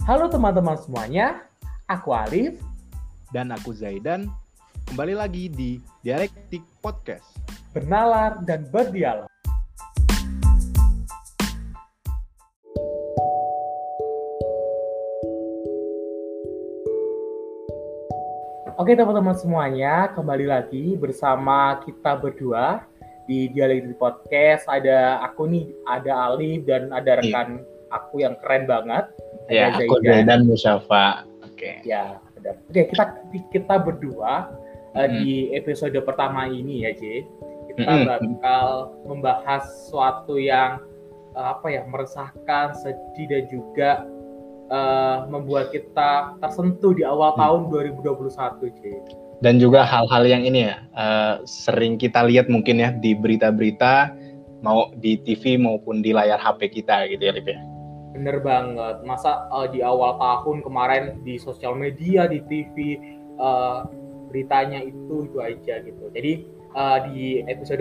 Halo teman-teman semuanya, aku Alif. Dan aku Zaidan, kembali lagi di Dialektik Podcast. Bernalar dan berdialog. Oke teman-teman semuanya, kembali lagi bersama kita berdua di Dialektik Podcast. Ada aku nih, ada Alif dan ada rekan aku yang keren banget. Ya, aku Zaidan Musyafa. Oke. Ya, benar. Oke, kita berdua di episode pertama ini ya, J. Kita bakal membahas sesuatu yang meresahkan, sedih dan juga membuat kita tersentuh di awal tahun 2021, J. Dan juga hal-hal yang ini ya, sering kita lihat mungkin ya di berita-berita, mau di TV maupun di layar HP kita gitu ya, Lip ya. Bener banget. Masa di awal tahun kemarin di sosial media, di TV, beritanya itu aja gitu. Jadi di episode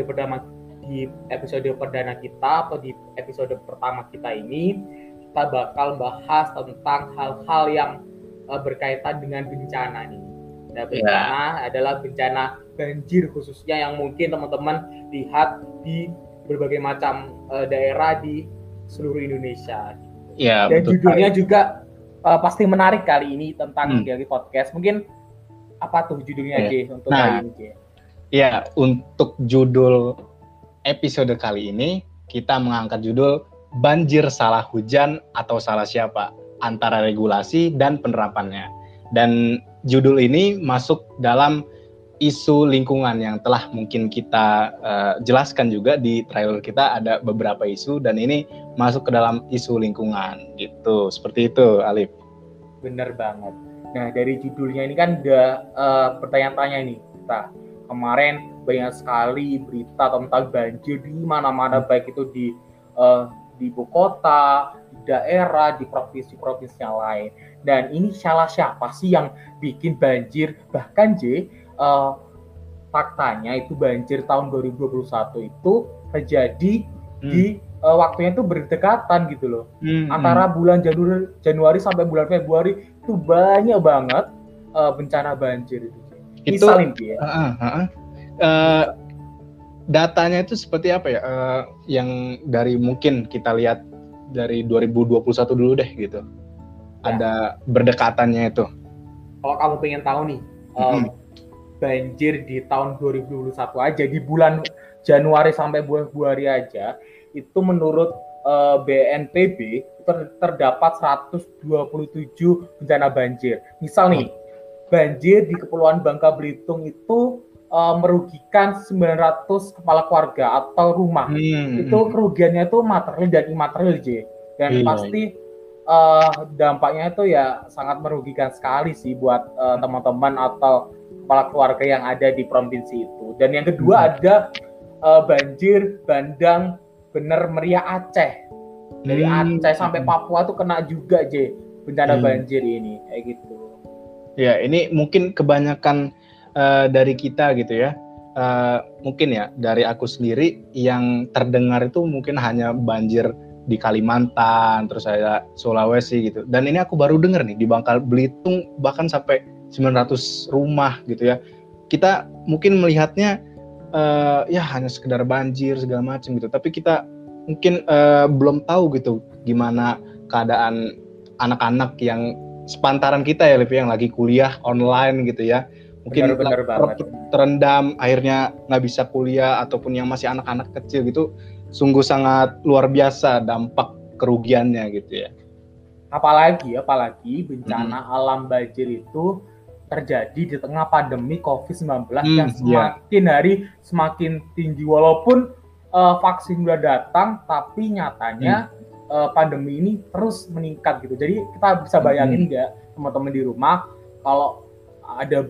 perdana kita atau di episode pertama kita ini kita bakal bahas tentang hal-hal yang berkaitan dengan bencana nih. Nah, bencana adalah bencana banjir khususnya yang mungkin teman-teman lihat di berbagai macam daerah di seluruh Indonesia. Ya, dan judulnya juga pasti menarik kali ini tentang Dialektik Podcast. Mungkin apa tuh judulnya, J, untuk kali ini, J? Ya, untuk judul episode kali ini kita mengangkat judul banjir salah hujan atau salah siapa, antara regulasi dan penerapannya. Dan judul ini masuk dalam isu lingkungan yang telah mungkin kita jelaskan juga di trailer kita, ada beberapa isu dan ini masuk ke dalam isu lingkungan gitu. Seperti itu, Alif. Bener banget. Nah, dari judulnya ini kan udah pertanyaan-tanya nih kita. Kemarin banyak sekali berita tentang banjir di mana-mana, baik itu di ibu kota, di daerah, di provinsi-provinsi yang lain. Dan ini salah siapa sih yang bikin banjir? Bahkan, J, faktanya itu banjir tahun 2021 itu terjadi di waktunya itu berdekatan gitu loh. Antara bulan Januari sampai bulan Februari itu banyak banget bencana banjir itu. Misalnya datanya itu seperti apa ya? Yang dari mungkin kita lihat dari 2021 dulu deh gitu. Ya. Ada berdekatannya itu. Kalau kamu pengen tahu nih, banjir di tahun 2021 aja di bulan Januari sampai bulan Februari aja itu menurut BNPB terdapat 127 bencana banjir. Misal nih, banjir di Kepulauan Bangka Belitung itu merugikan 900 kepala keluarga atau rumah. Itu kerugiannya itu material dan imaterial, J. Dan pasti dampaknya itu ya sangat merugikan sekali sih buat teman-teman atau kepala keluarga yang ada di provinsi itu. Dan yang kedua ada banjir bandang bener meriah Aceh. Dari Aceh sampai Papua tuh kena juga, J, bencana banjir ini kayak gitu. Ya, ini mungkin kebanyakan dari kita gitu ya. Mungkin ya dari aku sendiri yang terdengar itu mungkin hanya banjir di Kalimantan, terus ada Sulawesi gitu. Dan ini aku baru dengar nih di Bangka Belitung bahkan sampai 900 rumah gitu ya. Kita mungkin melihatnya ya hanya sekedar banjir segala macam gitu, tapi kita mungkin belum tahu gitu gimana keadaan anak-anak yang sepantaran kita ya, yang lagi kuliah online gitu ya, mungkin bener terendam akhirnya nggak bisa kuliah, ataupun yang masih anak-anak kecil gitu, sungguh sangat luar biasa dampak kerugiannya gitu ya. Apalagi bencana alam banjir itu terjadi di tengah pandemi COVID-19 yang semakin hari semakin tinggi. Walaupun vaksin sudah datang, tapi nyatanya pandemi ini terus meningkat gitu. Jadi kita bisa bayangin nggak teman-teman di rumah kalau ada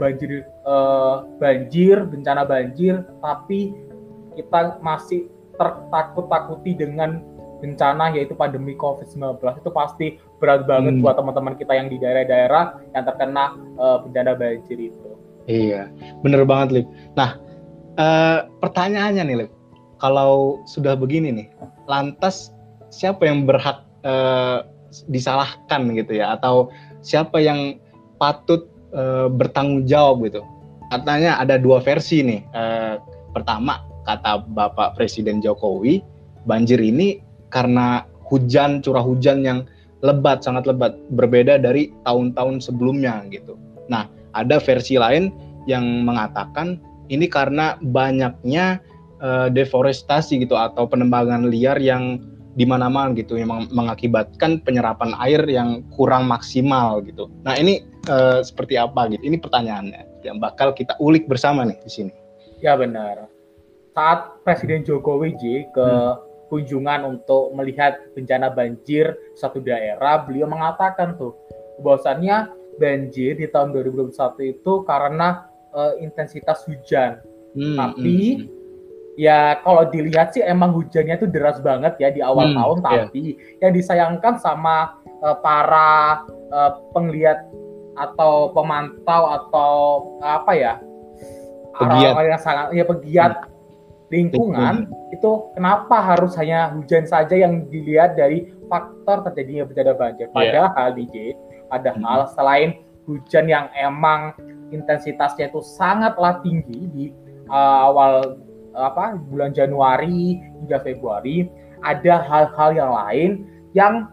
bencana banjir, tapi kita masih takut-takuti dengan bencana yaitu pandemi COVID-19, itu pasti berat banget buat teman-teman kita yang di daerah-daerah yang terkena bencana banjir itu. Iya, bener banget, Lip. Nah, pertanyaannya nih, Lip, kalau sudah begini nih, lantas siapa yang berhak disalahkan gitu ya, atau siapa yang patut bertanggung jawab gitu. Katanya ada dua versi nih. Pertama, kata Bapak Presiden Jokowi, banjir ini karena curah hujan yang lebat, sangat lebat, berbeda dari tahun-tahun sebelumnya gitu. Nah, ada versi lain yang mengatakan ini karena banyaknya deforestasi gitu atau penebangan liar yang di mana-mana gitu, yang mengakibatkan penyerapan air yang kurang maksimal gitu. Nah, ini seperti apa gitu? Ini pertanyaannya yang bakal kita ulik bersama nih di sini. Ya benar. Saat Presiden Jokowi ke kunjungan untuk melihat bencana banjir suatu daerah, beliau mengatakan tuh bahwasannya banjir di tahun 2021 itu karena intensitas hujan. Tapi ya kalau dilihat sih emang hujannya itu deras banget ya di awal tahun, tapi yang disayangkan sama para penglihat atau pemantau atau apa ya, orang-orang yang sangat pegiat lingkungan itu kenapa harus hanya hujan saja yang dilihat dari faktor terjadinya bencana banjir. Padahal padahal selain hujan yang emang intensitasnya itu sangatlah tinggi di awal bulan Januari hingga Februari, ada hal-hal yang lain yang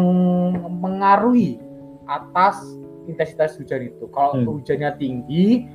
mengaruhi atas intensitas hujan itu. Kalau hujannya tinggi,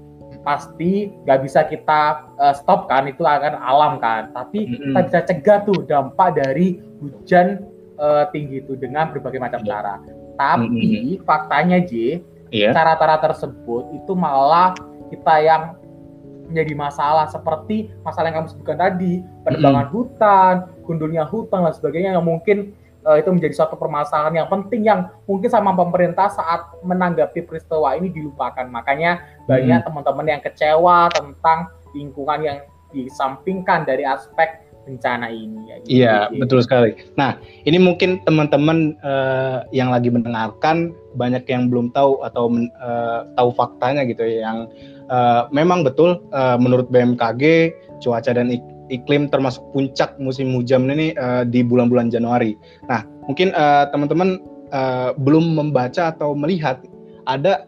pasti nggak bisa kita stop kan, itu akan alam kan. Tapi kita bisa cegah tuh dampak dari hujan tinggi itu dengan berbagai macam cara. Tapi faktanya cara-cara tersebut itu malah kita yang menjadi masalah, seperti masalah yang kamu sebutkan tadi, penebangan hutan, gundulnya hutan dan sebagainya, yang mungkin itu menjadi suatu permasalahan yang penting yang mungkin sama pemerintah saat menanggapi peristiwa ini dilupakan. Makanya banyak teman-teman yang kecewa tentang lingkungan yang disampingkan dari aspek bencana ini. Ya, gitu. Iya, betul sekali. Nah, ini mungkin teman-teman yang lagi mendengarkan banyak yang belum tahu atau tahu faktanya gitu ya, yang memang betul menurut BMKG cuaca dan iklim termasuk puncak musim hujan ini di bulan-bulan Januari. Nah, mungkin teman-teman belum membaca atau melihat ada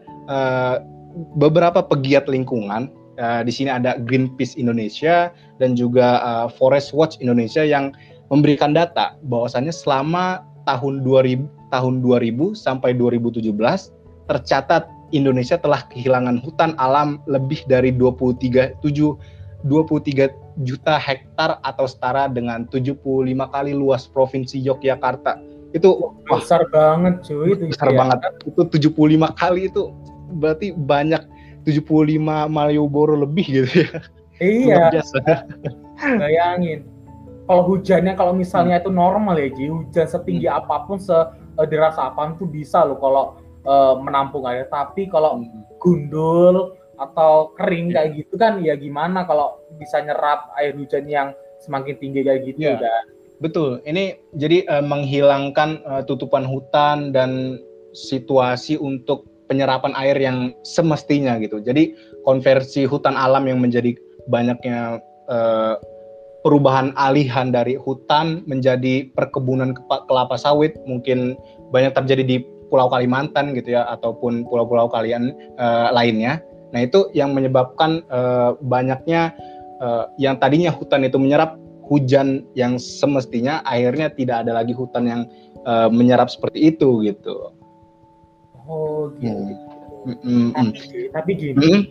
beberapa pegiat lingkungan. Di sini ada Greenpeace Indonesia dan juga Forest Watch Indonesia yang memberikan data bahwasannya selama tahun 2000 sampai 2017 tercatat Indonesia telah kehilangan hutan alam lebih dari 23 juta hektar atau setara dengan 75 kali luas provinsi Yogyakarta. Itu besar banget cuy, itu besar banget. Itu 75 kali, itu berarti banyak 75 Malioboro lebih gitu ya. Iya. Bayangin. Kalau hujannya kalau misalnya itu normal ya, hujan setinggi apapun, sederas apapun tuh bisa loh kalau menampung air. Tapi kalau gundul atau kering kayak gitu kan ya gimana kalau bisa nyerap air hujan yang semakin tinggi kayak gitu kan. Betul. Ini jadi menghilangkan tutupan hutan dan situasi untuk penyerapan air yang semestinya gitu. Jadi konversi hutan alam yang menjadi banyaknya perubahan alihan dari hutan menjadi perkebunan kelapa sawit mungkin banyak terjadi di Pulau Kalimantan gitu ya, ataupun pulau-pulau lainnya. Nah, itu yang menyebabkan banyaknya yang tadinya hutan itu menyerap hujan yang semestinya, akhirnya tidak ada lagi hutan yang menyerap seperti itu gitu. Oh gitu. Tapi gini,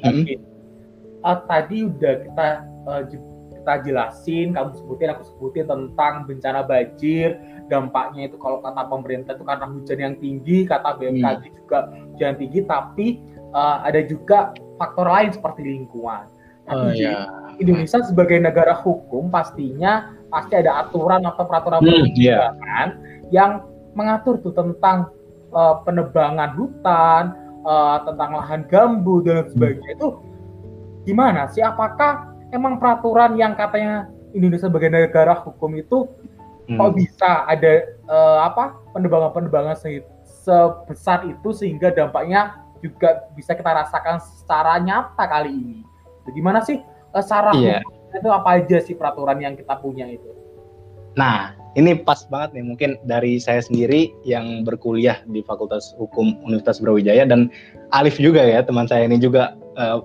tadi udah kita jelasin, kamu sebutin, aku sebutin tentang bencana banjir, dampaknya itu kalau kata pemerintah itu karena hujan yang tinggi, kata BMKG juga hujan yang tinggi, tapi ada juga faktor lain seperti lingkungan. Tapi Indonesia sebagai negara hukum pasti ada aturan atau peraturan perundang-undangan yang mengatur tuh tentang penebangan hutan, tentang lahan gambut dan sebagainya. Itu gimana sih? Apakah emang peraturan yang katanya Indonesia sebagai negara hukum itu kok bisa ada penebangan sebesar itu sehingga dampaknya juga bisa kita rasakan secara nyata kali ini? Gimana sih secara hukum itu apa aja sih peraturan yang kita punya itu? Nah, ini pas banget nih, mungkin dari saya sendiri yang berkuliah di Fakultas Hukum Universitas Brawijaya, dan Alif juga ya, teman saya ini juga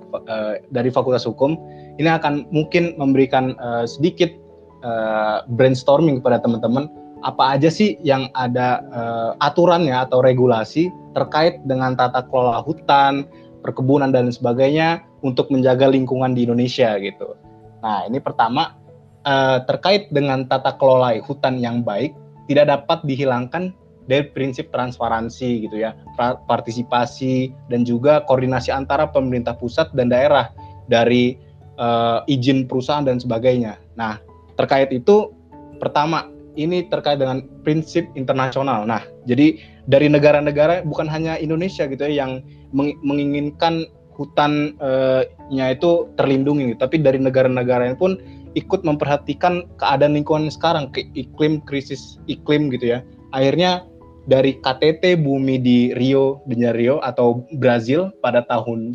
dari Fakultas Hukum. Ini akan mungkin memberikan sedikit brainstorming kepada teman-teman, apa aja sih yang ada aturannya atau regulasi terkait dengan tata kelola hutan, perkebunan, dan sebagainya untuk menjaga lingkungan di Indonesia gitu. Nah, ini pertama, terkait dengan tata kelola hutan yang baik tidak dapat dihilangkan dari prinsip transparansi gitu ya, partisipasi dan juga koordinasi antara pemerintah pusat dan daerah dari izin perusahaan dan sebagainya. Nah, terkait itu pertama ini terkait dengan prinsip internasional. Nah, jadi dari negara-negara, bukan hanya Indonesia gitu ya yang menginginkan hutannya itu terlindungi, tapi dari negara-negara yang pun ikut memperhatikan keadaan lingkungan sekarang, krisis iklim gitu ya. Akhirnya dari KTT Bumi di Rio de Janeiro atau Brazil pada tahun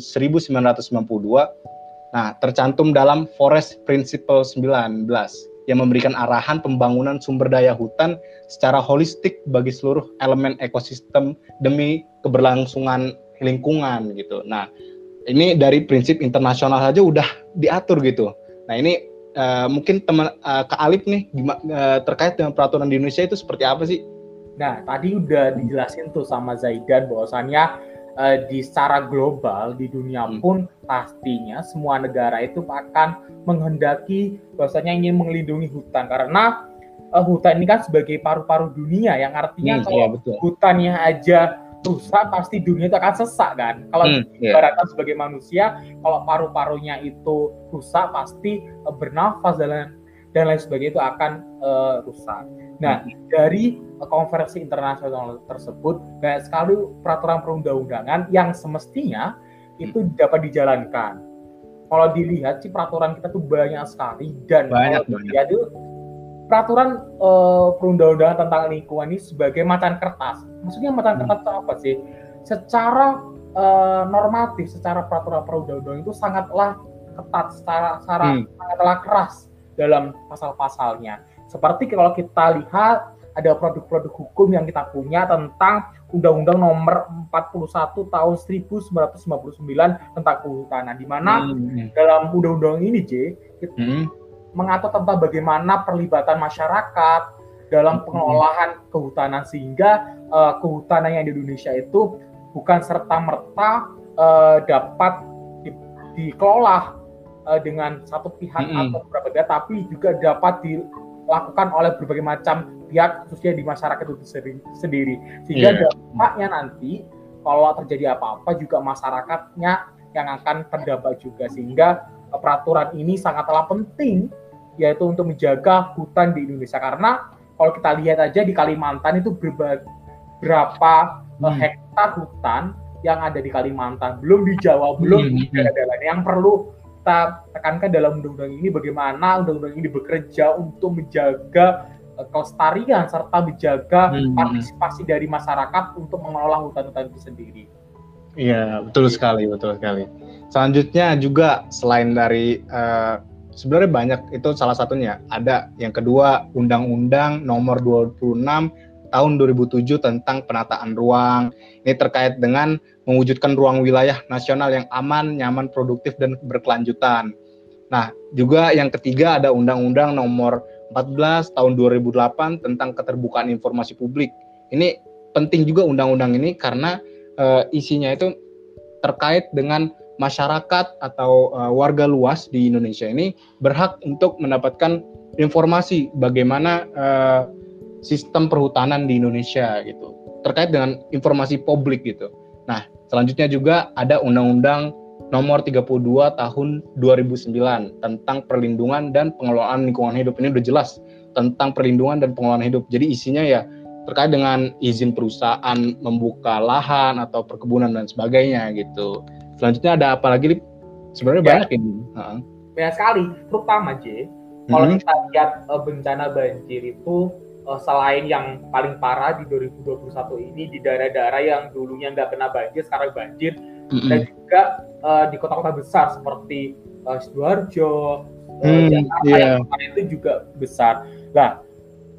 1992, nah tercantum dalam Forest Principle 19 yang memberikan arahan pembangunan sumber daya hutan secara holistik bagi seluruh elemen ekosistem demi keberlangsungan lingkungan gitu. Nah, ini dari prinsip internasional saja udah diatur gitu. Nah, ini mungkin teman Kak Alif nih terkait dengan peraturan di Indonesia itu seperti apa sih? Nah, tadi udah dijelasin tuh sama Zaidan bahwasannya di secara global di dunia pun pastinya semua negara itu akan menghendaki bahwasanya ingin melindungi hutan, karena hutan ini kan sebagai paru-paru dunia, yang artinya kalau hutannya aja rusak pasti dunia itu akan sesak kan. Kalau ibaratkan sebagai manusia, kalau paru-parunya itu rusak pasti bernafas dan lain sebagainya itu akan rusak. Nah, dari konferensi internasional tersebut banyak sekali peraturan perundang-undangan yang semestinya itu dapat dijalankan. Kalau dilihat sih peraturan kita tuh banyak sekali, dan kalau dilihat itu peraturan perundang-undangan tentang lingkungan ini sebagai macan kertas. Maksudnya macan kertas itu apa sih? Secara normatif, secara peraturan perundang-undangan itu sangatlah ketat, sangatlah keras dalam pasal-pasalnya. Seperti kalau kita lihat ada produk-produk hukum yang kita punya tentang Undang-Undang Nomor 41 Tahun 1999 tentang kehutanan, di mana dalam undang-undang ini mengatur tentang bagaimana perlibatan masyarakat dalam pengelolaan kehutanan, sehingga kehutanan yang di Indonesia itu bukan serta-merta dapat dikelola dengan satu pihak atau beberapa pihak, tapi juga dapat dilakukan oleh berbagai macam pihak, khususnya di masyarakat itu sendiri. Sehingga dampaknya nanti kalau terjadi apa-apa juga masyarakatnya yang akan terdampak juga. Sehingga peraturan ini sangatlah penting, yaitu untuk menjaga hutan di Indonesia. Karena kalau kita lihat aja di Kalimantan itu berapa hektar hutan yang ada di Kalimantan, belum di Jawa, belum di daerah lain. Yang perlu kita tekankan dalam undang-undang ini bagaimana undang-undang ini bekerja untuk menjaga kelestarian serta menjaga partisipasi dari masyarakat untuk mengelola hutan-hutan itu sendiri. Iya, betul sekali, betul sekali. Selanjutnya juga selain dari sebenarnya banyak, itu salah satunya. Ada yang kedua, Undang-Undang Nomor 26 Tahun 2007 tentang penataan ruang. Ini terkait dengan mewujudkan ruang wilayah nasional yang aman, nyaman, produktif, dan berkelanjutan. Nah, juga yang ketiga ada Undang-Undang Nomor 14 Tahun 2008 tentang keterbukaan informasi publik. Ini penting juga undang-undang ini karena isinya itu terkait dengan masyarakat atau warga luas di Indonesia ini berhak untuk mendapatkan informasi bagaimana sistem perhutanan di Indonesia gitu, terkait dengan informasi publik gitu. Nah, selanjutnya juga ada Undang-Undang Nomor 32 Tahun 2009 tentang perlindungan dan pengelolaan lingkungan hidup. Ini udah jelas tentang perlindungan dan pengelolaan hidup. Jadi isinya ya terkait dengan izin perusahaan membuka lahan atau perkebunan dan sebagainya gitu. Selanjutnya ada apa lagi? Sebenarnya banyak ini. Banyak sekali, terutama kalau kita lihat bencana banjir itu selain yang paling parah di 2021 ini di daerah-daerah yang dulunya nggak kena banjir sekarang banjir, dan juga di kota-kota besar seperti Sidoarjo, Jakarta yang kemarin itu juga besar. Nah,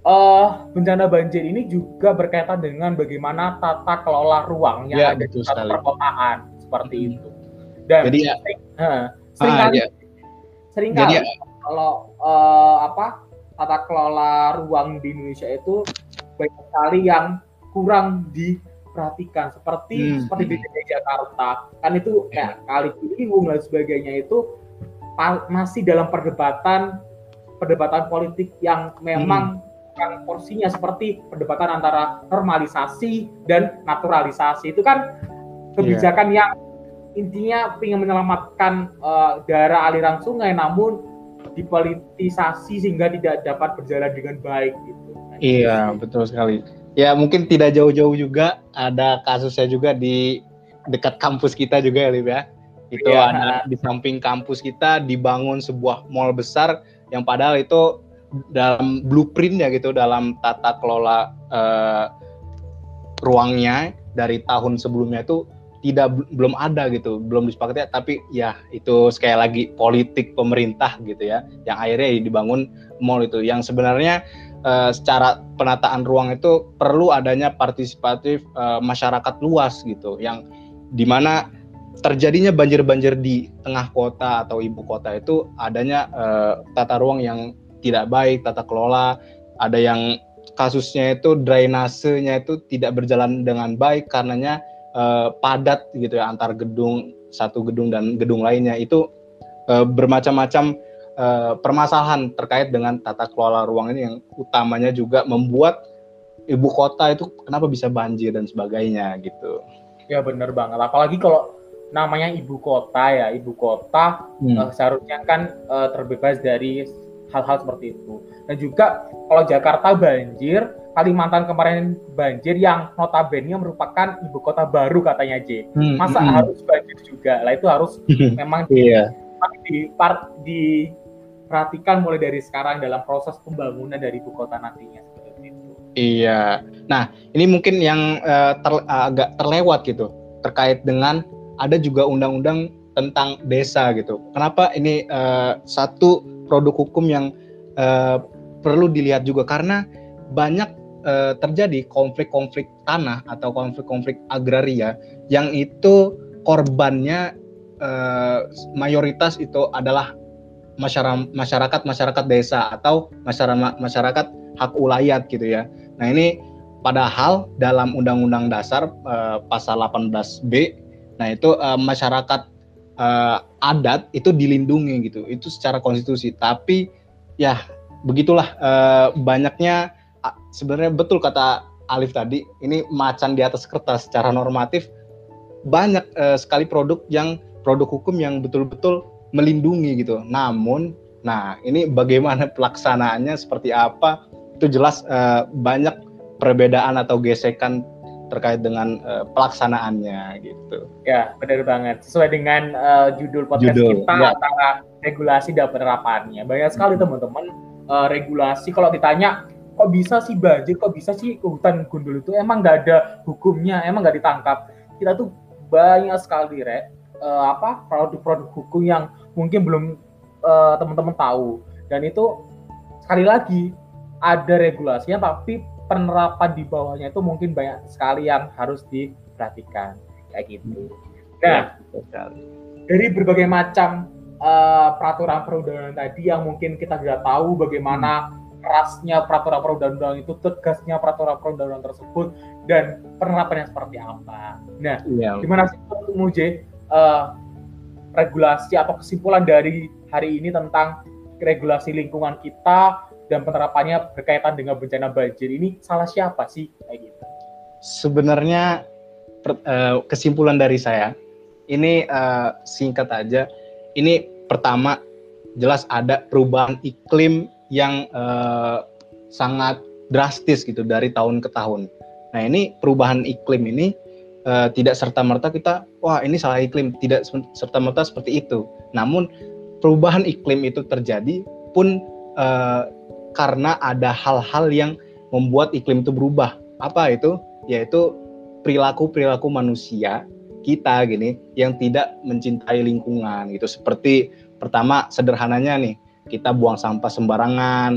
bencana banjir ini juga berkaitan dengan bagaimana tata kelola ruang yang Ya, ada di betul satu sekali. perkotaan seperti itu. Dan Jadi ya, seringkali ya. Jadi ya, seringkali kalau tata kelola ruang di Indonesia itu banyak sekali yang kurang diperhatikan seperti di DKI Jakarta kan itu kayak Kali Ciliwung dan sebagainya itu masih dalam perdebatan politik yang memang kan porsinya seperti perdebatan antara normalisasi dan naturalisasi. Itu kan kebijakan yang intinya ingin menyelamatkan daerah aliran sungai, namun dipolitisasi sehingga tidak dapat berjalan dengan baik gitu. Iya, betul sekali. Ya mungkin tidak jauh-jauh juga ada kasusnya juga di dekat kampus kita juga ya, Lib ya. Itu Ya. ada di samping kampus kita dibangun sebuah mall besar yang padahal itu dalam blueprintnya gitu, dalam tata kelola ruangnya dari tahun sebelumnya itu belum ada gitu, belum disepakati, tapi ya itu sekali lagi politik pemerintah gitu ya, yang akhirnya dibangun mall itu, yang sebenarnya secara penataan ruang itu perlu adanya partisipatif masyarakat luas gitu, yang dimana terjadinya banjir-banjir di tengah kota atau ibu kota itu adanya tata ruang yang tidak baik, tata kelola, ada yang kasusnya itu drainasenya itu tidak berjalan dengan baik karenanya padat gitu ya antar gedung, satu gedung dan gedung lainnya, itu bermacam-macam permasalahan terkait dengan tata kelola ruang ini yang utamanya juga membuat ibu kota itu kenapa bisa banjir dan sebagainya gitu. Ya benar banget, apalagi kalau namanya ibu kota seharusnya kan terbebas dari hal-hal seperti itu. Dan juga kalau Jakarta banjir, Kalimantan kemarin banjir yang notabene merupakan ibu kota baru katanya J. Masa harus banjir juga? Lah itu harus memang diperhatikan mulai dari sekarang dalam proses pembangunan dari ibu kota nantinya seperti itu. Iya. Nah, ini mungkin yang agak terlewat gitu terkait dengan ada juga undang-undang tentang desa gitu. Kenapa ini satu produk hukum yang perlu dilihat juga, karena banyak terjadi konflik-konflik tanah atau konflik-konflik agraria yang itu korbannya mayoritas itu adalah masyarakat desa atau masyarakat hak ulayat gitu ya. Nah ini padahal dalam Undang-Undang Dasar pasal 18B, nah itu masyarakat adat itu dilindungi gitu, itu secara konstitusi. Tapi ya begitulah banyaknya sebenarnya betul kata Alif tadi, ini macan di atas kertas. Secara normatif banyak sekali produk hukum yang betul-betul melindungi gitu. Namun, nah ini bagaimana pelaksanaannya seperti apa? Itu jelas banyak perbedaan atau gesekan terkait dengan pelaksanaannya gitu. Ya, benar banget. Sesuai dengan judul podcast kita ya, antara regulasi dan penerapannya. Banyak sekali teman-teman regulasi. Kalau ditanya, kok bisa sih banjir, kok bisa sih hutan gundul itu emang nggak ada hukumnya, emang nggak ditangkap. Kita tuh banyak sekali produk-produk hukum yang mungkin belum teman-teman tahu. Dan itu sekali lagi ada regulasinya, tapi penerapan di bawahnya itu mungkin banyak sekali yang harus diperhatikan kayak gitu. Nah, dari berbagai macam peraturan perundangan tadi yang mungkin kita sudah tahu bagaimana kerasnya peraturan perundang-undangan itu, tegasnya peraturan perundang-undangan tersebut, dan penerapannya seperti apa. Nah, gimana sih menurut J regulasi atau kesimpulan dari hari ini tentang regulasi lingkungan kita dan penerapannya berkaitan dengan bencana banjir ini salah siapa sih kayak gitu? Sebenarnya kesimpulan dari saya ini singkat aja. Ini pertama jelas ada perubahan iklim yang sangat drastis gitu dari tahun ke tahun. Nah ini perubahan iklim ini tidak serta-merta kita wah ini salah iklim, tidak serta-merta seperti itu. Namun perubahan iklim itu terjadi pun karena ada hal-hal yang membuat iklim itu berubah. Apa itu? Yaitu perilaku manusia kita gini yang tidak mencintai lingkungan gitu. Seperti pertama sederhananya nih, kita buang sampah sembarangan,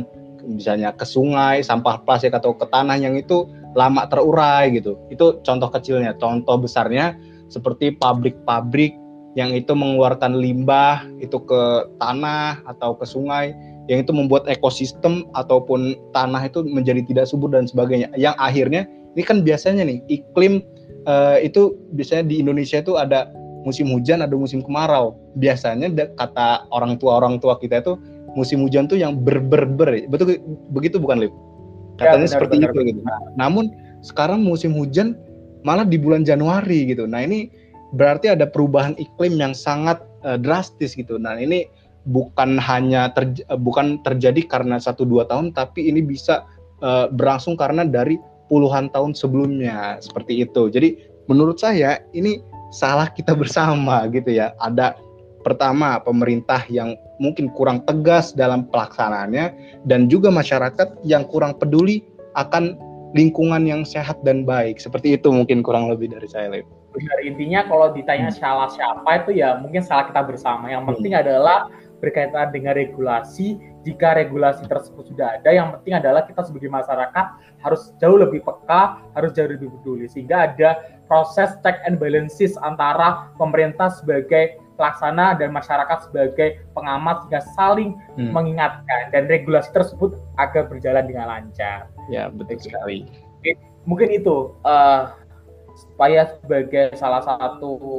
misalnya ke sungai, sampah plastik atau ke tanah yang itu lama terurai gitu. Itu contoh kecilnya. Contoh besarnya seperti pabrik-pabrik yang itu mengeluarkan limbah itu ke tanah atau ke sungai, yang itu membuat ekosistem ataupun tanah itu menjadi tidak subur dan sebagainya. Yang akhirnya ini kan biasanya nih iklim itu biasanya di Indonesia itu ada musim hujan, ada musim kemarau. Biasanya kata orang tua kita itu musim hujan tuh yang ber. Betul begitu bukan, Lip? Katanya benar, seperti benar, itu gitu. Nah, namun sekarang musim hujan malah di bulan Januari gitu. Nah, ini berarti ada perubahan iklim yang sangat drastis gitu. Nah, ini bukan hanya bukan terjadi karena 1-2 tahun, tapi ini bisa berlangsung karena dari puluhan tahun sebelumnya, seperti itu. Jadi menurut saya ini salah kita bersama gitu ya. Ada pertama pemerintah yang mungkin kurang tegas dalam pelaksanaannya, dan juga masyarakat yang kurang peduli akan lingkungan yang sehat dan baik. Seperti itu mungkin kurang lebih dari saya, Lip. Benar, intinya kalau ditanya salah siapa itu ya mungkin salah kita bersama. Yang penting adalah berkaitan dengan regulasi. Jika regulasi tersebut sudah ada, yang penting adalah kita sebagai masyarakat harus jauh lebih peka, harus jauh lebih peduli, sehingga ada proses check and balances antara pemerintah sebagai pelaksana dan masyarakat sebagai pengamat, sehingga saling mengingatkan dan regulasi tersebut agar berjalan dengan lancar. Ya, betul sekali. Mungkin itu supaya sebagai salah satu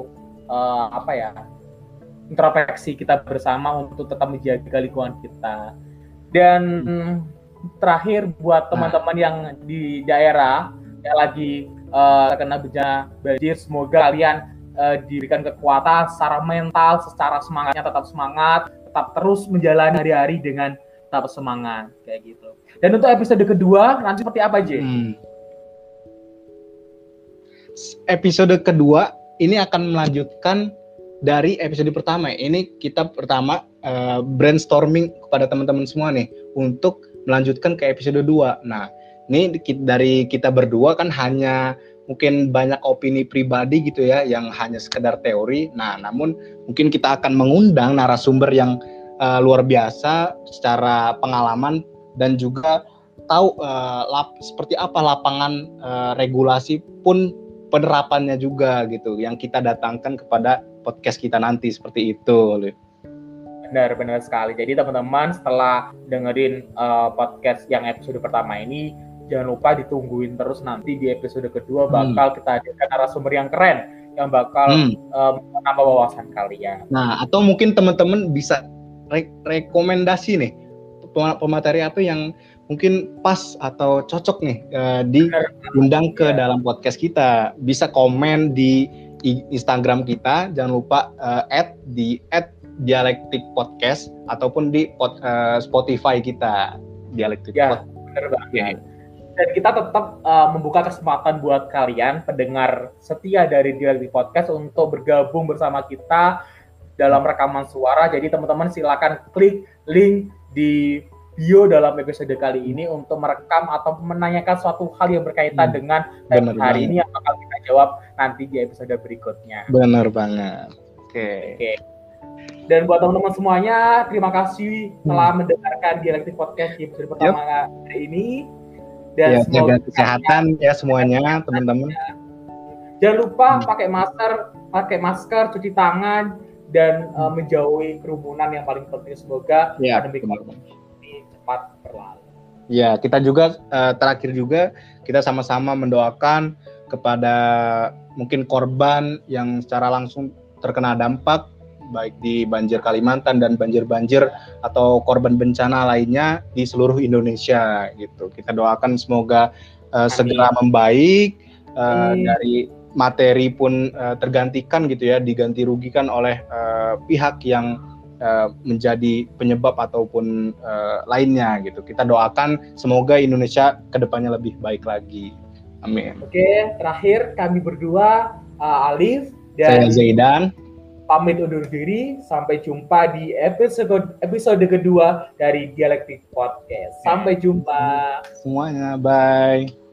introspeksi kita bersama untuk tetap menjaga lingkungan kita. Dan terakhir buat teman-teman yang di daerah yang lagi terkena bencana banjir, semoga kalian diberikan kekuatan secara mental, secara semangatnya tetap semangat, tetap terus menjalani hari-hari dengan tetap semangat kayak gitu. Dan untuk episode kedua nanti seperti apa, J? Episode kedua ini akan melanjutkan dari episode pertama. Ini kita pertama brainstorming kepada teman-teman semua nih untuk melanjutkan ke episode 2. Nah, ini dari kita berdua kan hanya mungkin banyak opini pribadi gitu ya, yang hanya sekedar teori. Nah, namun mungkin kita akan mengundang narasumber yang luar biasa secara pengalaman dan juga tahu seperti apa lapangan regulasi pun penerapannya juga gitu, yang kita datangkan kepada podcast kita nanti, seperti itu. Benar sekali. Jadi teman-teman setelah dengerin podcast yang episode pertama ini, jangan lupa ditungguin terus nanti di episode kedua bakal kita hadirkan narasumber yang keren yang bakal menambah wawasan kalian. Nah, atau mungkin teman-teman bisa rekomendasi nih pemateri apa yang mungkin pas atau cocok nih diundang ke dalam podcast kita. Bisa komen di Instagram kita, jangan lupa di @dialektik podcast ataupun di Spotify kita Dialektik Podcast. Benar banget. Dan kita tetap membuka kesempatan buat kalian pendengar setia dari Dialektik Podcast untuk bergabung bersama kita dalam rekaman suara. Jadi teman-teman silakan klik link di bio dalam episode kali ini untuk merekam atau menanyakan suatu hal yang berkaitan dengan hari ini yang bakal kita jawab nanti di episode berikutnya. Benar banget. Oke. Dan buat teman-teman semuanya, terima kasih telah mendengarkan Dialektik Podcast di episode pertama hari ini. Dan jaga kesehatan ya semuanya, teman-teman. Jangan lupa pakai masker, cuci tangan, dan menjauhi kerumunan yang paling penting. Semoga pandemi ini cepat berlalu. Ya, kita juga terakhir juga kita sama-sama mendoakan kepada mungkin korban yang secara langsung terkena dampak baik di banjir Kalimantan dan banjir-banjir atau korban bencana lainnya di seluruh Indonesia gitu. Kita doakan semoga segera membaik, dari materi pun tergantikan gitu ya, diganti rugikan oleh pihak yang menjadi penyebab ataupun lainnya gitu. Kita doakan semoga Indonesia kedepannya lebih baik lagi. Amin. Oke, terakhir kami berdua Alif dan saya Zaidan pamit undur diri. Sampai jumpa di episode kedua dari Dialektik Podcast. Sampai jumpa semuanya, bye.